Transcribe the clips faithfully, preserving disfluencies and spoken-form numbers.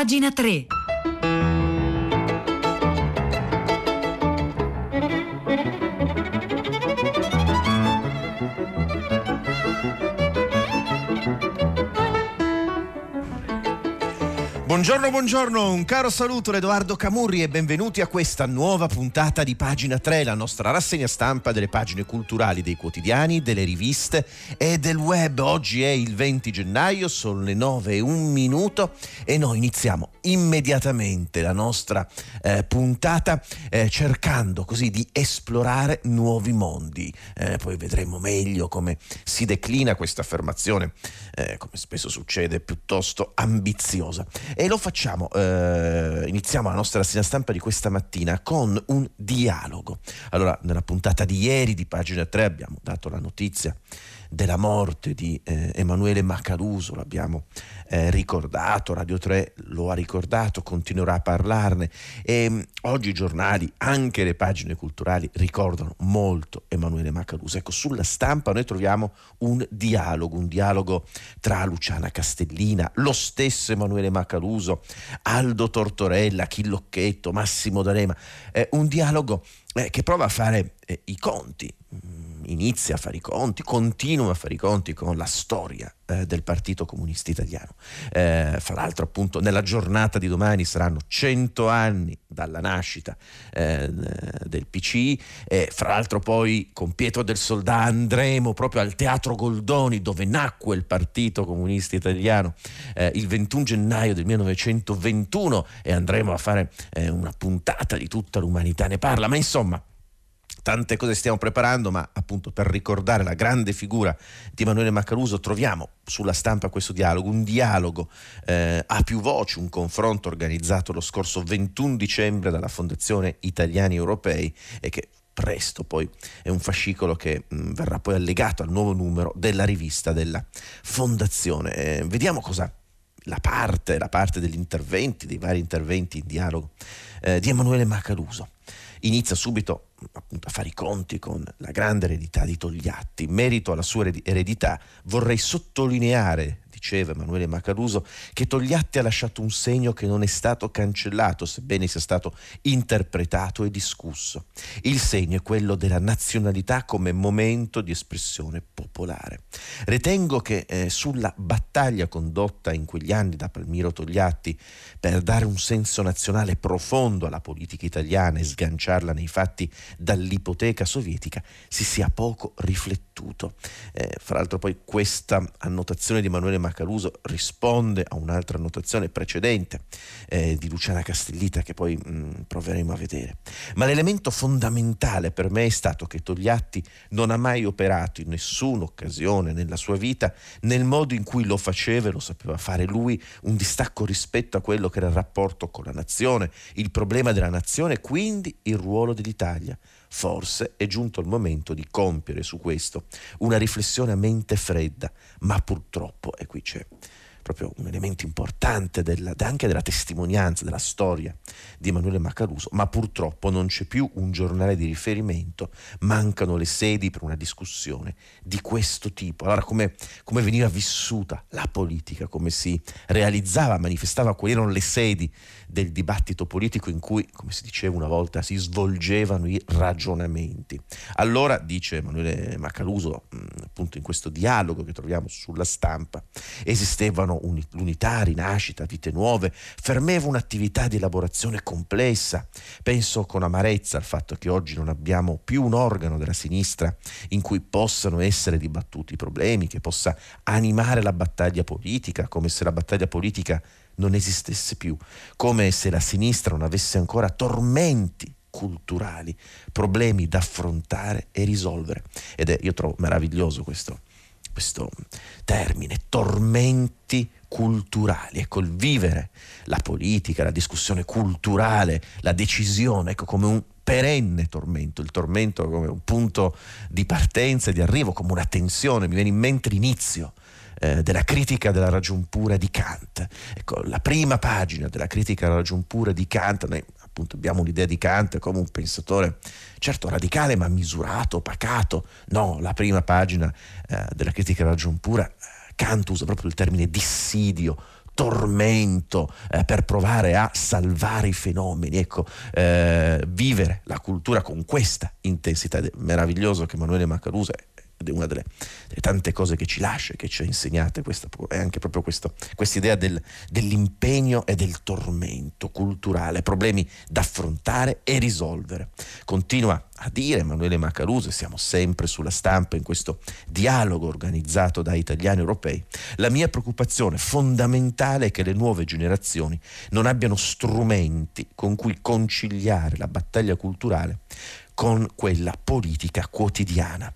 Pagina tre. Buongiorno, buongiorno, un caro saluto da Edoardo Camurri e benvenuti a questa nuova puntata di Pagina tre, la nostra rassegna stampa delle pagine culturali dei quotidiani, delle riviste e del web. Oggi è il venti gennaio, sono le nove e un minuto e noi iniziamo immediatamente la nostra eh, puntata eh, cercando così di esplorare nuovi mondi. Eh, poi vedremo meglio come si declina questa affermazione, eh, come spesso succede, piuttosto ambiziosa. E lo facciamo, eh, iniziamo la nostra rassegna stampa di questa mattina con un dialogo. Allora, nella puntata di ieri di Pagina tre abbiamo dato la notizia della morte di eh, Emanuele Macaluso, l'abbiamo eh, ricordato, Radio tre lo ha ricordato, continuerà a parlarne e mh, oggi i giornali, anche le pagine culturali, ricordano molto Emanuele Macaluso. Ecco, sulla stampa noi troviamo un dialogo, un dialogo tra Luciana Castellina, lo stesso Emanuele Macaluso, Aldo Tortorella, Chilocchetto, Massimo D'Alema, eh, un dialogo eh, che prova a fare eh, i conti, inizia a fare i conti, continua a fare i conti con la storia eh, del Partito Comunista Italiano. Eh, fra l'altro, appunto, nella giornata di domani saranno cento anni dalla nascita eh, del P C I, e fra l'altro poi con Pietro del Soldà andremo proprio al Teatro Goldoni, dove nacque il Partito Comunista Italiano eh, il ventuno gennaio del millenovecentoventuno, e andremo a fare eh, una puntata di Tutta l'umanità ne parla. Ma insomma, tante cose stiamo preparando, ma appunto per ricordare la grande figura di Emanuele Macaluso troviamo sulla stampa questo dialogo, un dialogo eh, a più voci, un confronto organizzato lo scorso ventuno dicembre dalla Fondazione Italiani Europei e che presto poi è un fascicolo che mh, verrà poi allegato al nuovo numero della rivista della Fondazione. Eh, vediamo cosa la parte, la parte degli interventi, dei vari interventi in dialogo eh, di Emanuele Macaluso. Inizia subito appunto a fare i conti con la grande eredità di Togliatti. In merito alla sua eredità vorrei sottolineare, diceva Emanuele Macaluso, che Togliatti ha lasciato un segno che non è stato cancellato, sebbene sia stato interpretato e discusso. Il segno è quello della nazionalità come momento di espressione popolare. Ritengo che eh, sulla battaglia condotta in quegli anni da Palmiro Togliatti per dare un senso nazionale profondo alla politica italiana e sganciarla nei fatti dall'ipoteca sovietica si sia poco riflettuto. Eh, fra l'altro poi questa annotazione di Emanuele Macaluso risponde a un'altra annotazione precedente eh, di Luciana Castellita che poi mh, proveremo a vedere. Ma l'elemento fondamentale per me è stato che Togliatti non ha mai operato in nessuna occasione nella sua vita nel modo in cui lo faceva e lo sapeva fare lui, un distacco rispetto a quello che era il rapporto con la nazione, il problema della nazione, quindi il ruolo dell'Italia. Forse è giunto il momento di compiere su questo una riflessione a mente fredda, ma purtroppo, e qui c'è proprio un elemento importante della, anche della testimonianza, della storia di Emanuele Macaluso, ma purtroppo non c'è più un giornale di riferimento, mancano le sedi per una discussione di questo tipo. Allora come, come veniva vissuta la politica, come si realizzava, manifestava, quali erano le sedi del dibattito politico in cui, come si diceva una volta, si svolgevano i ragionamenti. Allora, dice Emanuele Macaluso, appunto in questo dialogo che troviamo sulla stampa, esistevano l'Unità, Rinascita, Vite Nuove, fermeva un'attività di elaborazione complessa. Penso con amarezza al fatto che oggi non abbiamo più un organo della sinistra in cui possano essere dibattuti i problemi, che possa animare la battaglia politica, come se la battaglia politica non esistesse più, come se la sinistra non avesse ancora tormenti culturali, problemi da affrontare e risolvere. Ed è, io trovo meraviglioso questo questo termine, tormenti culturali. Ecco, il vivere la politica, la discussione culturale, la decisione, ecco, come un perenne tormento, il tormento come un punto di partenza e di arrivo, come una tensione. Mi viene in mente l'inizio eh, della critica della ragion pura di Kant. Ecco, la prima pagina della critica della ragion pura di Kant, noi appunto abbiamo un'idea di Kant come un pensatore certo radicale ma misurato, pacato. No, la prima pagina eh, della critica della ragion pura, Kant usa proprio il termine dissidio, tormento eh, per provare a salvare i fenomeni. Ecco, eh, vivere la cultura con questa intensità. Ed è meraviglioso che Emanuele Macaluso, ed è una delle, delle tante cose che ci lascia, che ci ha insegnate, questa, è anche proprio questa idea del, dell'impegno e del tormento culturale, problemi da affrontare e risolvere. Continua a dire Emanuele Macaluso, e siamo sempre sulla stampa in questo dialogo organizzato da italiani e europei: la mia preoccupazione fondamentale è che le nuove generazioni non abbiano strumenti con cui conciliare la battaglia culturale con quella politica quotidiana.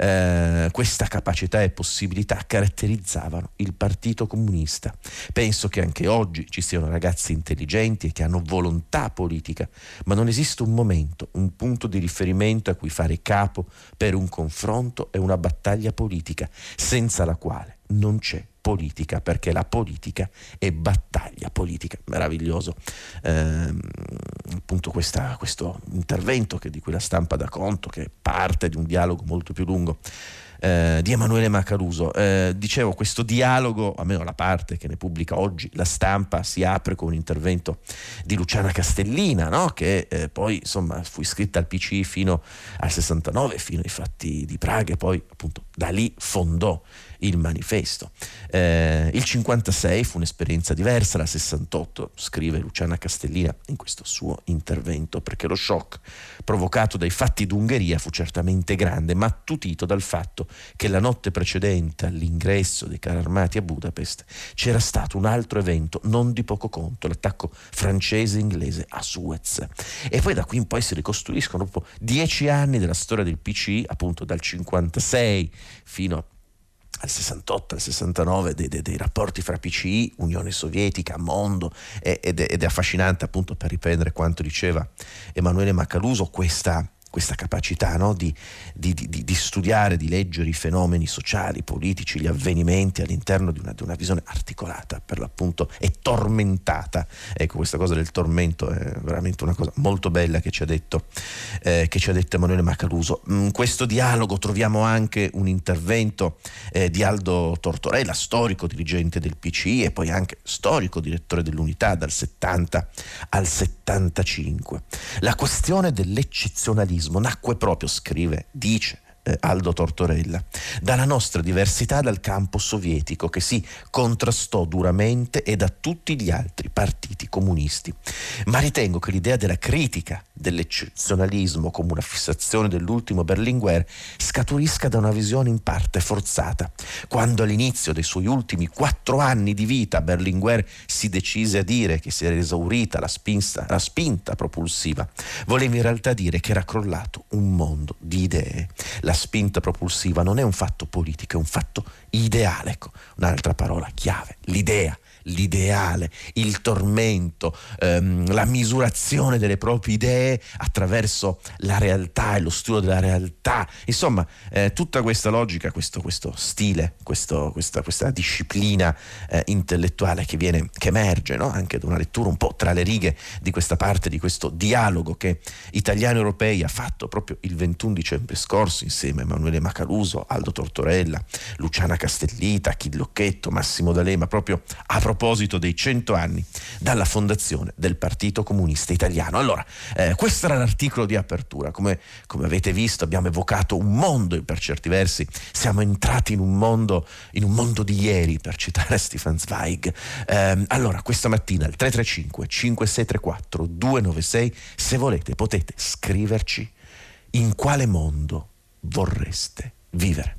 Eh, questa capacità e possibilità caratterizzavano il Partito Comunista. Penso che anche oggi ci siano ragazzi intelligenti e che hanno volontà politica, ma non esiste un momento, un punto di riferimento a cui fare capo per un confronto e una battaglia politica, senza la quale non c'è politica, perché la politica è battaglia politica. Meraviglioso eh, appunto questa, questo intervento che di cui la stampa dà conto, che è parte di un dialogo molto più lungo eh, di Emanuele Macaluso. Eh, dicevo, questo dialogo, almeno la parte che ne pubblica oggi la stampa, si apre con un intervento di Luciana Castellina, no? che eh, poi insomma fu iscritta al P C I fino al sessantanove, fino ai fatti di Praga, e poi appunto da lì fondò il Manifesto. Eh, il cinquantasei fu un'esperienza diversa dal sessantotto, scrive Luciana Castellina in questo suo intervento, perché lo shock provocato dai fatti d'Ungheria fu certamente grande, ma attutito dal fatto che la notte precedente all'ingresso dei carri armati a Budapest c'era stato un altro evento non di poco conto, l'attacco francese-inglese a Suez. E poi da qui in poi si ricostruiscono proprio dieci anni della storia del P C I, appunto dal cinquantasei fino a al sessantotto, al sessantanove, dei, dei, dei rapporti fra P C I, Unione Sovietica, mondo, ed è, ed è affascinante, appunto, per riprendere quanto diceva Emanuele Macaluso, questa questa capacità, no? di, di, di, di studiare, di leggere i fenomeni sociali, politici, gli avvenimenti all'interno di una, di una visione articolata, per l'appunto, e tormentata. Ecco, questa cosa del tormento è veramente una cosa molto bella che ci ha detto, eh, che ci ha detto Emanuele Macaluso. In questo dialogo troviamo anche un intervento eh, di Aldo Tortorella, storico dirigente del P C I e poi anche storico direttore dell'Unità dal settanta al settantacinque. La questione dell'eccezionalismo nacque proprio, scrive, dice eh, Aldo Tortorella, dalla nostra diversità dal campo sovietico, che si contrastò duramente, e da tutti gli altri partiti comunisti. Ma ritengo che l'idea della critica dell'eccezionalismo come una fissazione dell'ultimo Berlinguer scaturisca da una visione in parte forzata. Quando all'inizio dei suoi ultimi quattro anni di vita Berlinguer si decise a dire che si era esaurita la spinta, la spinta propulsiva, voleva in realtà dire che era crollato un mondo di idee. La spinta propulsiva non è un fatto politico, è un fatto ideale. Ecco, un'altra parola chiave: l'idea. L'ideale, il tormento, ehm, la misurazione delle proprie idee attraverso la realtà e lo studio della realtà, insomma eh, tutta questa logica, questo, questo stile, questo, questa, questa disciplina eh, intellettuale che viene, che emerge, no? Anche da una lettura un po' tra le righe di questa parte, di questo dialogo che Italiani Europei ha fatto proprio il ventuno dicembre scorso insieme a Emanuele Macaluso, Aldo Tortorella, Luciana Castellita, Achille Occhetto, Massimo D'Alema, proprio a proposito dei cento anni dalla fondazione del Partito Comunista Italiano. Allora, eh, questo era l'articolo di apertura. Come, come avete visto, abbiamo evocato un mondo, e per certi versi siamo entrati in un mondo, in un mondo di ieri, per citare Stefan Zweig. Eh, allora, questa mattina al tre tre cinque cinque sei tre quattro due nove sei, se volete potete scriverci in quale mondo vorreste vivere.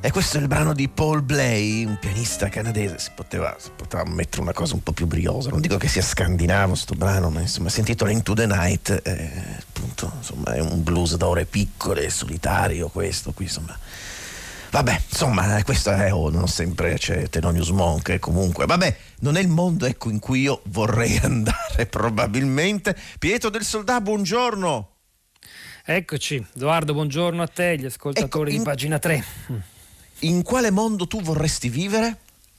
E questo è il brano di Paul Bley, un pianista canadese. Si poteva, si poteva mettere una cosa un po' più briosa. Non dico che sia scandinavo sto brano, ma insomma si intitola Into the Night. Eh, appunto, insomma, è un blues da ore piccole, solitario questo qui, insomma. Vabbè, insomma, questo è, oh, non sempre c'è Thelonious Monk, e comunque, vabbè, non è il mondo, ecco, in cui io vorrei andare probabilmente. Pietro del Soldà, buongiorno. Eccoci, Edoardo, buongiorno a te, gli ascoltatori ecco, in... di Pagina tre. In quale mondo tu vorresti vivere?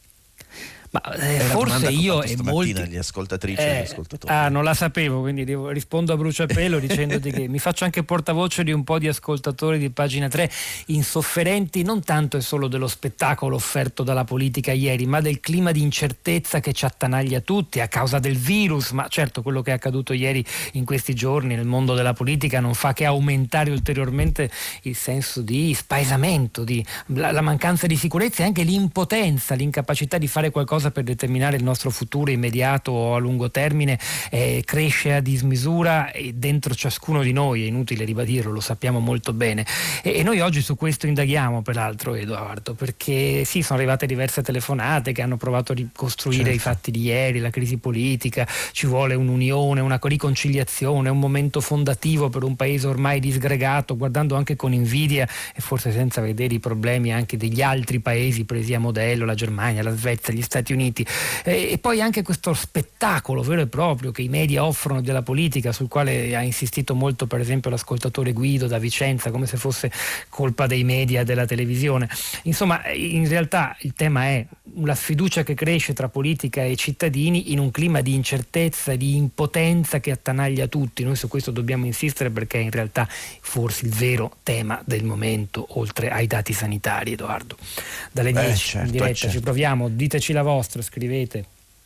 Ma eh, forse io e molti gli ascoltatrici eh, e gli ascoltatori. Ah, non la sapevo, quindi devo, rispondo a bruciapelo dicendoti che mi faccio anche portavoce di un po' di ascoltatori di Pagina tre insofferenti non tanto e solo dello spettacolo offerto dalla politica ieri, ma del clima di incertezza che ci attanaglia tutti a causa del virus. Ma certo, quello che è accaduto ieri in questi giorni nel mondo della politica non fa che aumentare ulteriormente il senso di spaesamento, di la, la mancanza di sicurezza e anche l'impotenza, l'incapacità di fare qualcosa per determinare il nostro futuro immediato o a lungo termine eh, cresce a dismisura e dentro ciascuno di noi, è inutile ribadirlo, lo sappiamo molto bene, e, e noi oggi su questo indaghiamo, peraltro, Edoardo, perché sì, sono arrivate diverse telefonate che hanno provato a ricostruire certo. i fatti di ieri, la crisi politica, ci vuole un'unione, una riconciliazione, un momento fondativo per un paese ormai disgregato, guardando anche con invidia e forse senza vedere i problemi anche degli altri paesi presi a modello, la Germania, la Svezia, gli Stati Uniti, e poi anche questo spettacolo vero e proprio che i media offrono della politica, sul quale ha insistito molto per esempio l'ascoltatore Guido da Vicenza, come se fosse colpa dei media e della televisione. Insomma, in realtà il tema è la sfiducia che cresce tra politica e cittadini in un clima di incertezza, di impotenza che attanaglia tutti. Noi su questo dobbiamo insistere perché è in realtà forse il vero tema del momento, oltre ai dati sanitari, Edoardo. Dalle dieci eh, certo, in diretta certo. ci proviamo, diteci la vostra, scrivete.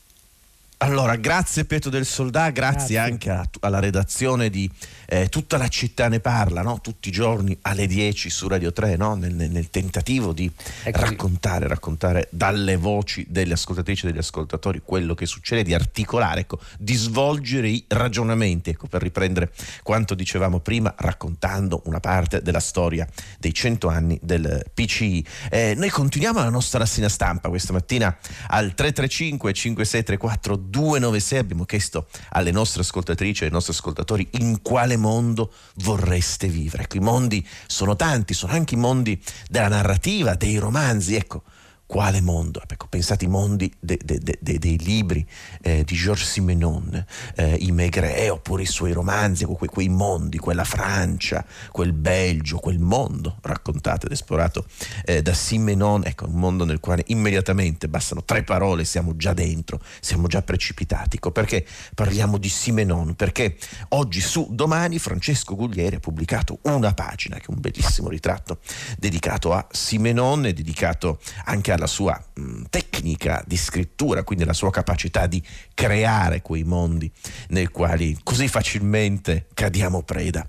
Allora, grazie Pietro del Soldà, grazie, grazie. anche a, alla redazione di eh, Tutta la città ne parla, no? Tutti i giorni alle dieci su Radio tre, no? nel, nel, nel tentativo di ecco raccontare, raccontare dalle voci delle ascoltatrici e degli ascoltatori quello che succede, di articolare, ecco, di svolgere i ragionamenti, ecco, per riprendere quanto dicevamo prima, raccontando una parte della storia dei cento anni del P C I. Eh, noi continuiamo la nostra rassegna stampa questa mattina al tre tre cinque cinque sei tre quattro due nove sei. Abbiamo chiesto alle nostre ascoltatrici e ai nostri ascoltatori in quale mondo vorreste vivere. Ecco, i mondi sono tanti, sono anche i mondi della narrativa, dei romanzi, ecco. Quale mondo? Ecco, pensate ai mondi de, de, de, de, dei libri eh, di Georges Simenon, eh, i Maigret, oppure i suoi romanzi, que, quei mondi, quella Francia, quel Belgio, quel mondo raccontato ed esplorato eh, da Simenon. Ecco, un mondo nel quale immediatamente bastano tre parole, siamo già dentro, siamo già precipitati. Ecco, perché parliamo di Simenon? Perché oggi su Domani Francesco Guglieri ha pubblicato una pagina, che è un bellissimo ritratto dedicato a Simenon e dedicato anche a la sua mh, tecnica di scrittura, quindi la sua capacità di creare quei mondi nei quali così facilmente cadiamo preda.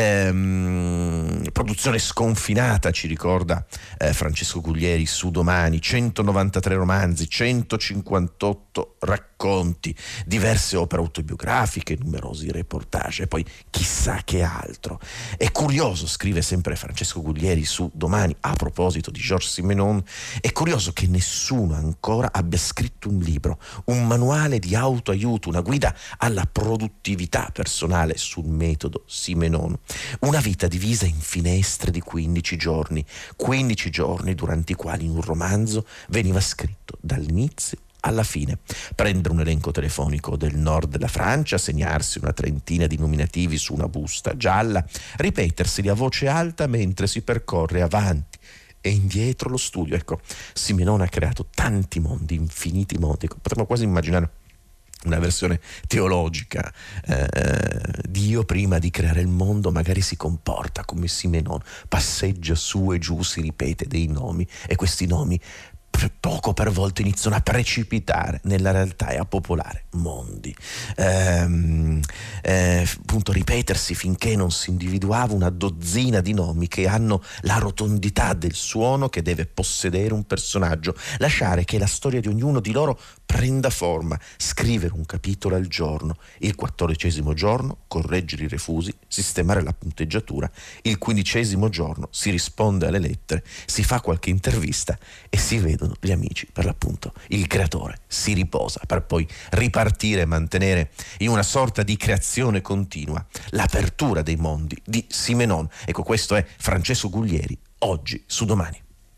Ehm, produzione sconfinata, ci ricorda eh, Francesco Guglieri su Domani, centonovantatré romanzi, centocinquantotto racconti, diverse opere autobiografiche, numerosi reportage e poi chissà che altro. È curioso, scrive sempre Francesco Guglieri su Domani a proposito di Georges Simenon, è curioso che nessuno ancora abbia scritto un libro, un manuale di autoaiuto, una guida alla produttività personale sul metodo Simenon. Una vita divisa in finestre di quindici giorni, quindici giorni durante i quali un romanzo veniva scritto dall'inizio alla fine. Prendere un elenco telefonico del nord della Francia, segnarsi una trentina di nominativi su una busta gialla, ripeterseli a voce alta mentre si percorre avanti e indietro lo studio. Ecco, Simenon ha creato tanti mondi, infiniti mondi. Potremmo quasi immaginare una versione teologica. eh, Dio prima di creare il mondo magari si comporta come Simenon, passeggia su e giù, si ripete dei nomi e questi nomi poco per volta iniziano a precipitare nella realtà e a popolare mondi. Ehm, eh, appunto ripetersi finché non si individuava una dozzina di nomi che hanno la rotondità del suono che deve possedere un personaggio, lasciare che la storia di ognuno di loro prenda forma, scrivere un capitolo al giorno, il quattordicesimo giorno correggere i refusi, sistemare la punteggiatura, il quindicesimo giorno si risponde alle lettere, si fa qualche intervista e si vedono gli amici, per l'appunto il creatore si riposa per poi ripartire e mantenere in una sorta di creazione continua l'apertura dei mondi di Simenon. Ecco, questo è Francesco Guglieri, oggi su Domani.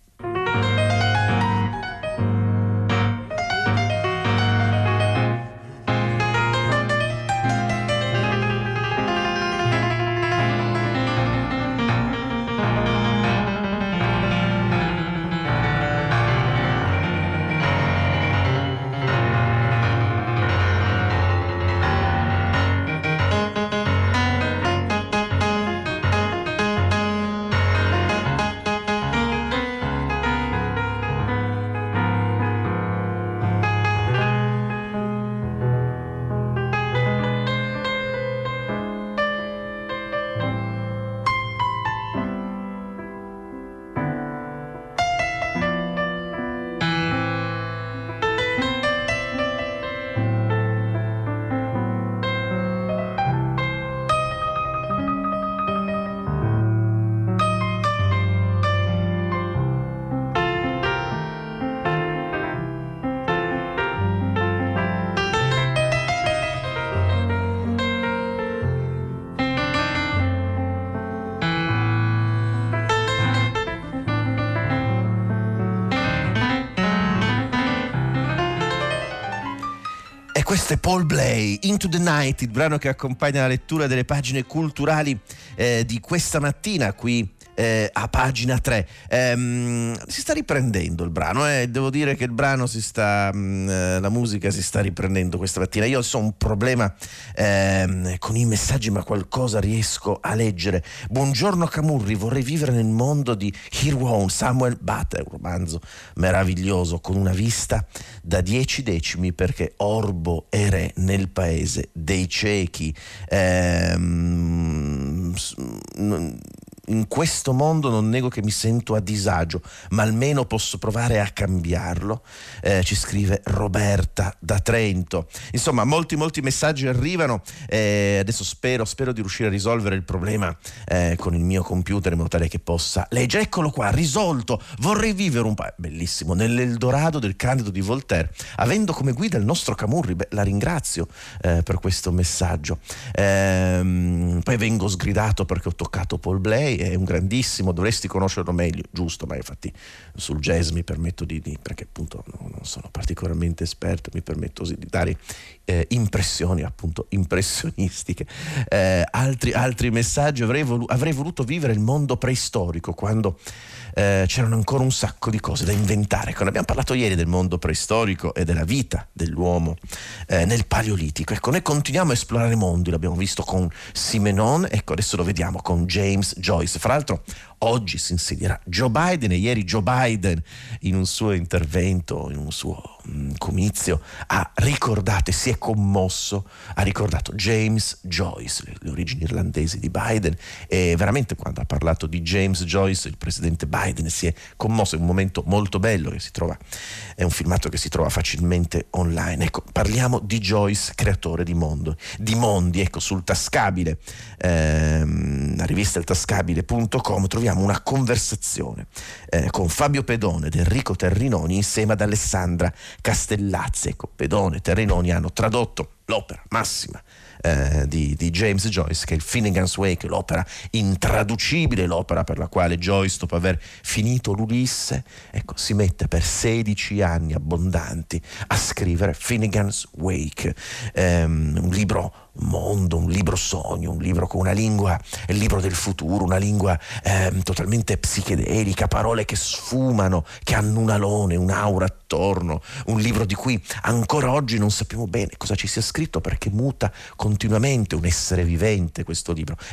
Questo è Paul Bley, Into the Night, il brano che accompagna la lettura delle pagine culturali eh, di questa mattina qui eh, a Pagina tre. Ehm, si sta riprendendo il brano, eh. Devo dire che il brano si sta, mh, la musica si sta riprendendo questa mattina. Io ho un problema ehm, con i messaggi, ma qualcosa riesco a leggere. Buongiorno Camurri, vorrei vivere nel mondo di Hirwaun, Samuel Butler, un romanzo meraviglioso con una vista da dieci decimi perché orbo e re nel paese dei ciechi. Ehm, in questo mondo non nego che mi sento a disagio, ma almeno posso provare a cambiarlo, eh, ci scrive Roberta da Trento. Insomma, molti molti messaggi arrivano, eh, adesso spero, spero di riuscire a risolvere il problema eh, con il mio computer in modo tale che possa leggere. Eccolo qua, risolto. Vorrei vivere un po', bellissimo, nell'Eldorado del Candido di Voltaire, avendo come guida il nostro Camurri. Beh, la ringrazio eh, per questo messaggio. Ehm, poi vengo sgridato perché ho toccato Paul Bley, è un grandissimo, dovresti conoscerlo meglio, giusto, ma infatti sul jazz mi permetto di, di perché appunto no, non sono particolarmente esperto, mi permetto di dare eh, impressioni appunto impressionistiche. Eh, altri, altri messaggi, avrei, volu- avrei voluto vivere il mondo preistorico quando eh, c'erano ancora un sacco di cose da inventare. Ecco, ne abbiamo parlato ieri del mondo preistorico e della vita dell'uomo eh, nel Paleolitico. Ecco, noi continuiamo a esplorare mondi, l'abbiamo visto con Simenon, ecco adesso lo vediamo con James Joyce. Fra l'altro oggi si insedierà Joe Biden e ieri Joe Biden in un suo intervento, in un suo mh, comizio ha ricordato e si è commosso, ha ricordato James Joyce, le, le origini irlandesi di Biden, e veramente quando ha parlato di James Joyce il presidente Biden si è commosso. È un momento molto bello che si trova, è un filmato che si trova facilmente online. Ecco, parliamo di Joyce, creatore di mondo, di mondi. Ecco, sul Tascabile, ehm, la rivista il tascabile punto com troviamo una conversazione eh, con Fabio Pedone ed Enrico Terrinoni insieme ad Alessandra Castellazzi. Ecco, Pedone e Terrinoni hanno tradotto l'opera massima eh, di, di James Joyce, che è il Finnegan's Wake, l'opera intraducibile, l'opera per la quale Joyce, dopo aver finito l'Ulisse, ecco, si mette per sedici anni abbondanti a scrivere Finnegan's Wake, ehm, un libro mondo, un libro sogno, un libro con una lingua, il libro del futuro, una lingua eh, totalmente psichedelica, parole che sfumano, che hanno un alone, un'aura attorno, un libro di cui ancora oggi non sappiamo bene cosa ci sia scritto perché muta continuamente, un essere vivente questo libro. Ecco,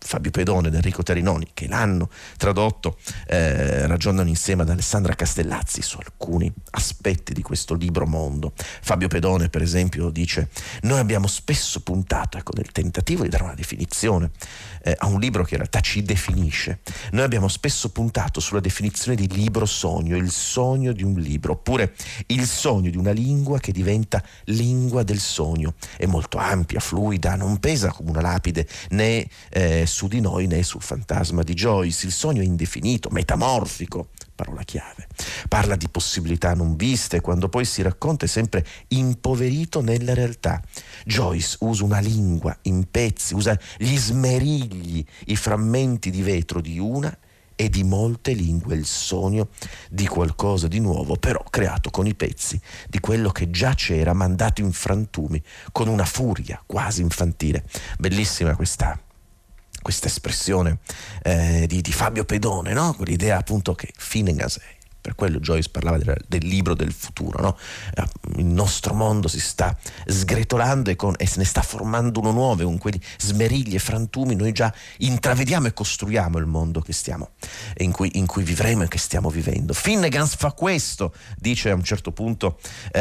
Fabio Pedone ed Enrico Terrinoni, che l'hanno tradotto, eh, ragionano insieme ad Alessandra Castellazzi su alcuni aspetti di questo libro mondo. Fabio Pedone, per esempio, dice: noi abbiamo spesso puntato, ecco, nel tentativo di dare una definizione eh, a un libro che in realtà ci definisce, noi abbiamo spesso puntato sulla definizione di libro sogno, il sogno di un libro, oppure il sogno di una lingua che diventa lingua del sogno. È molto ampia, fluida, non pesa come una lapide né eh, su di noi né sul fantasma di Joyce. Il sogno è indefinito, metamorfico, parola chiave, parla di possibilità non viste, quando poi si racconta è sempre impoverito nella realtà. Joyce usa una lingua in pezzi, usa gli smerigli, i frammenti di vetro di una e di molte lingue, il sogno di qualcosa di nuovo, però creato con i pezzi di quello che già c'era, mandato in frantumi con una furia quasi infantile. Bellissima questa questa espressione eh, di, di Fabio Pedone, no? Quell'idea appunto che Finnegan, per quello Joyce parlava del, del libro del futuro, no? Il nostro mondo si sta sgretolando e, con, e se ne sta formando uno nuovo, con quegli smerigli e frantumi noi già intravediamo e costruiamo il mondo che stiamo, in cui, in cui vivremo e che stiamo vivendo. Finnegan fa questo, dice a un certo punto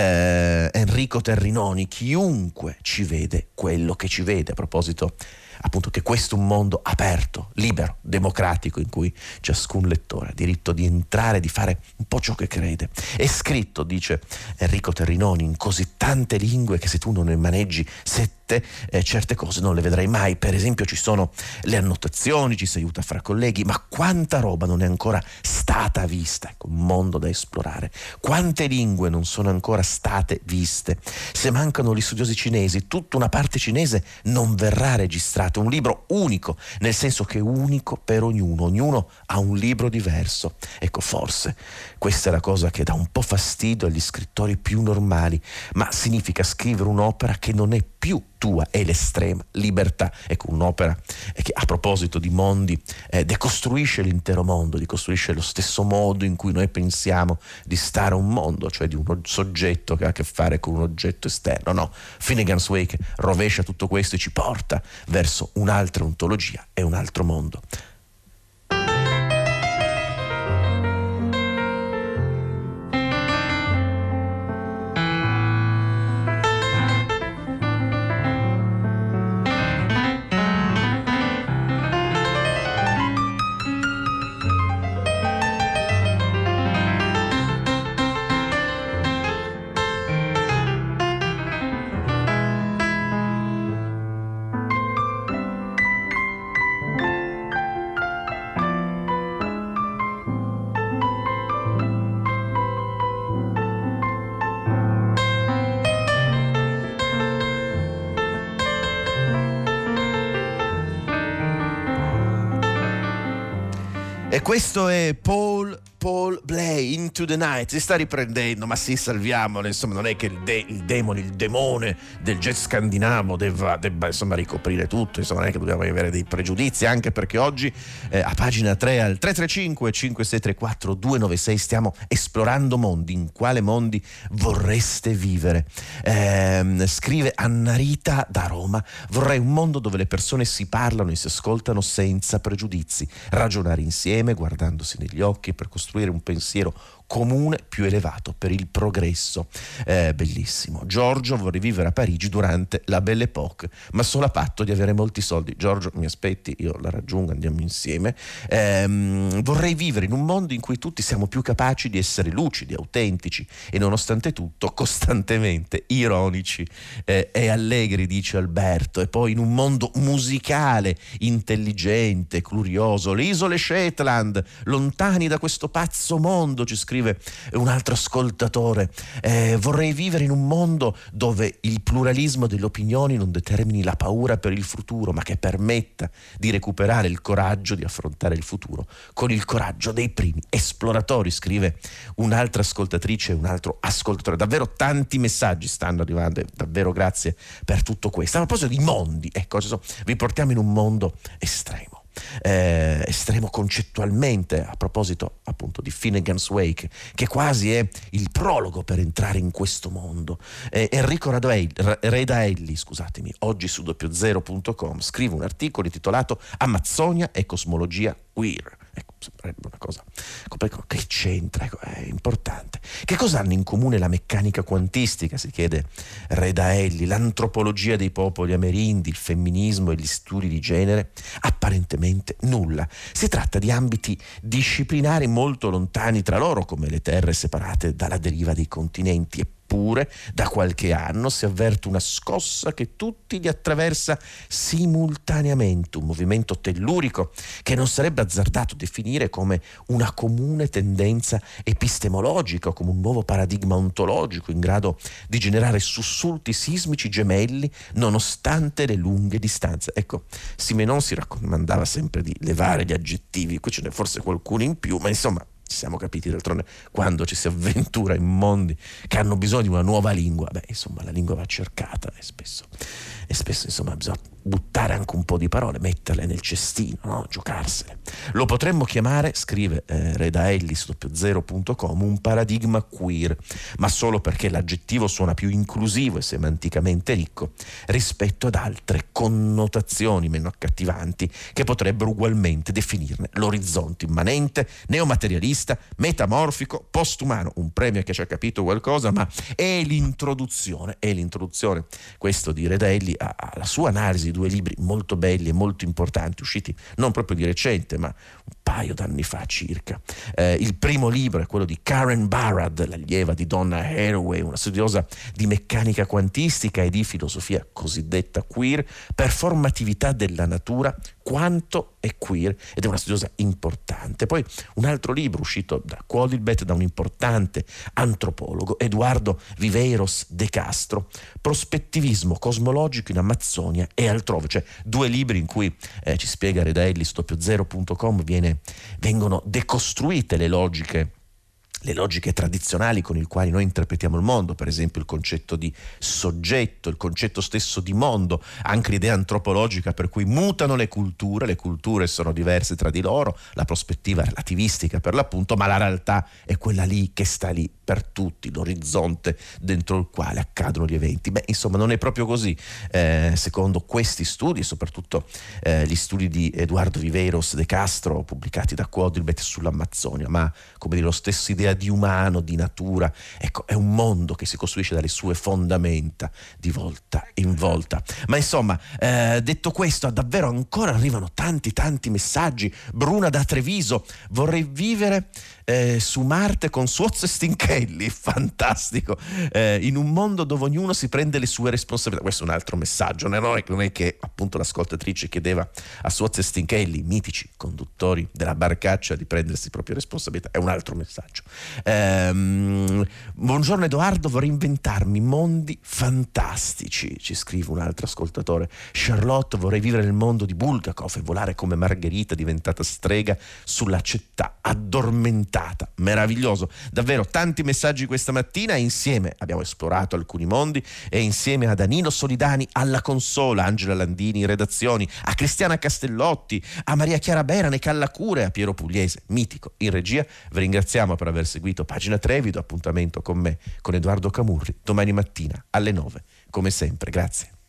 eh, Enrico Terrinoni: chiunque ci vede quello che ci vede, a proposito appunto che questo è un mondo aperto, libero, democratico, in cui ciascun lettore ha diritto di entrare, di fare un po' ciò che crede. È scritto, dice Enrico Terrinoni, in così tante lingue che se tu non ne maneggi sette, eh, certe cose non le vedrai mai. Per esempio ci sono le annotazioni, ci si aiuta fra colleghi, ma quanta roba non è ancora stata vista, ecco, un mondo da esplorare. Quante lingue non sono ancora state viste. Se mancano gli studiosi cinesi, tutta una parte cinese non verrà registrata. Un libro unico, nel senso che unico per ognuno, ognuno ha un libro diverso. Ecco, forse questa è la cosa che dà un po' fastidio agli scrittori più normali, ma significa scrivere un'opera che non è più tua, è l'estrema libertà. Ecco, un'opera che, a proposito di mondi, eh, decostruisce l'intero mondo, decostruisce lo stesso modo in cui noi pensiamo di stare a un mondo, cioè di un soggetto che ha a che fare con un oggetto esterno. No, Finnegan's Wake rovescia tutto questo e ci porta verso un'altra ontologia e un altro mondo. E questo è Paul Paul Bley, Into the Night. Si sta riprendendo, ma sì, salviamolo, insomma, non è che il, de- il demone, il demone del jazz scandinavo debba, debba insomma ricoprire tutto, insomma, non è che dobbiamo avere dei pregiudizi, anche perché oggi eh, a pagina tre al tre tre cinque cinque sei tre quattro due nove sei stiamo esplorando mondi. In quale mondi vorreste vivere? Eh, scrive Anna Rita da Roma: vorrei un mondo dove le persone si parlano e si ascoltano senza pregiudizi, ragionare insieme guardandosi negli occhi per costruire un pensiero comune più elevato per il progresso. Eh, bellissimo. Giorgio: vorrei vivere a Parigi durante la Belle Époque, ma solo a patto di avere molti soldi. Giorgio, mi aspetti, io la raggiungo, andiamo insieme. Eh, vorrei vivere in un mondo in cui tutti siamo più capaci di essere lucidi, autentici e nonostante tutto costantemente ironici eh, e allegri, dice Alberto. E poi in un mondo musicale, intelligente, curioso. Le isole Shetland, lontani da questo pazzo mondo, ci scrive un altro ascoltatore. Eh, vorrei vivere in un mondo dove il pluralismo delle opinioni non determini la paura per il futuro, ma che permetta di recuperare il coraggio di affrontare il futuro con il coraggio dei primi esploratori, scrive un'altra ascoltatrice e un altro ascoltatore. Davvero tanti messaggi stanno arrivando, davvero grazie per tutto questo. A proposito di mondi, ecco, vi portiamo in un mondo estremo. eh, estremo concettualmente, a proposito appunto di Finnegan's Wake, che quasi è il prologo per entrare in questo mondo. eh, Enrico Radaelli, Redaelli scusatemi, oggi su doppio zero punto com scrive un articolo intitolato Amazzonia e cosmologia queer. Ecco, sembrerebbe una cosa che c'entra, ecco, è importante. Che cosa hanno in comune la meccanica quantistica, si chiede Redaelli, l'antropologia dei popoli amerindi, il femminismo e gli studi di genere? Apparentemente nulla. Si tratta di ambiti disciplinari molto lontani tra loro, come le terre separate dalla deriva dei continenti. Eppure da qualche anno si avverte una scossa che tutti li attraversa simultaneamente, un movimento tellurico che non sarebbe azzardato definire come una comune tendenza epistemologica o come un nuovo paradigma ontologico in grado di generare sussulti sismici gemelli nonostante le lunghe distanze. Ecco, Simenon si raccomandava sempre di levare gli aggettivi, qui ce n'è forse qualcuno in più, ma insomma ci siamo capiti. D'altronde quando ci si avventura in mondi che hanno bisogno di una nuova lingua, beh insomma la lingua va cercata e spesso, e spesso insomma bisogna buttare anche un po' di parole, metterle nel cestino, no? Giocarsele. Lo potremmo chiamare, scrive eh, Redaelli su doppio zero punto com, un paradigma queer, ma solo perché l'aggettivo suona più inclusivo e semanticamente ricco rispetto ad altre connotazioni meno accattivanti che potrebbero ugualmente definirne l'orizzonte immanente, neomaterialista, metamorfico, postumano. Un premio che ci ha capito qualcosa, ma è l'introduzione, è l'introduzione questo di Redaelli alla sua analisi. Due libri molto belli e molto importanti, usciti non proprio di recente, ma un paio d'anni fa circa. Eh, il primo libro è quello di Karen Barad, l'allieva di Donna Haraway, una studiosa di meccanica quantistica e di filosofia cosiddetta queer, performatività della natura, quanto è queer, ed è una studiosa importante. Poi un altro libro uscito da Quodlibet, da un importante antropologo, Eduardo Viveiros de Castro, Prospettivismo cosmologico in Amazzonia e altrove, cioè due libri in cui eh, ci spiega Redaelli su doppio zero punto com viene, vengono decostruite le logiche le logiche tradizionali con il quali noi interpretiamo il mondo, per esempio il concetto di soggetto, il concetto stesso di mondo, anche l'idea antropologica per cui mutano le culture, le culture sono diverse tra di loro, la prospettiva relativistica per l'appunto, ma la realtà è quella lì che sta lì per tutti, l'orizzonte dentro il quale accadono gli eventi. Beh, insomma, non è proprio così, eh, secondo questi studi, soprattutto eh, gli studi di Eduardo Viveiros de Castro, pubblicati da Quodlibet sull'Amazzonia, ma come dire, lo stesso idea di umano, di natura, ecco, è un mondo che si costruisce dalle sue fondamenta di volta in volta. Ma insomma, eh, detto questo, davvero ancora arrivano tanti tanti messaggi. Bruna da Treviso: vorrei vivere eh, su Marte con Suozzo e Stinchelli, fantastico, eh, in un mondo dove ognuno si prende le sue responsabilità. Questo è un altro messaggio, non è, non è che appunto l'ascoltatrice chiedeva a Suozzo e Stinchelli, mitici conduttori della barcaccia, di prendersi proprio responsabilità, è un altro messaggio. Ehm, buongiorno Edoardo, vorrei inventarmi mondi fantastici, ci scrive un altro ascoltatore. Charlotte: vorrei vivere nel mondo di Bulgakov e volare come Margherita diventata strega sulla città addormentata. Meraviglioso, davvero tanti messaggi questa mattina. Insieme abbiamo esplorato alcuni mondi e insieme a Danilo Solidani alla consola, Angela Landini in redazioni, a Cristiana Castellotti, a Maria Chiara Berane, Callacure, a Piero Pugliese, mitico in regia, vi ringraziamo per aver seguito Pagina tre. Vi do appuntamento con me, con Edoardo Camurri, domani mattina alle nove, come sempre. Grazie.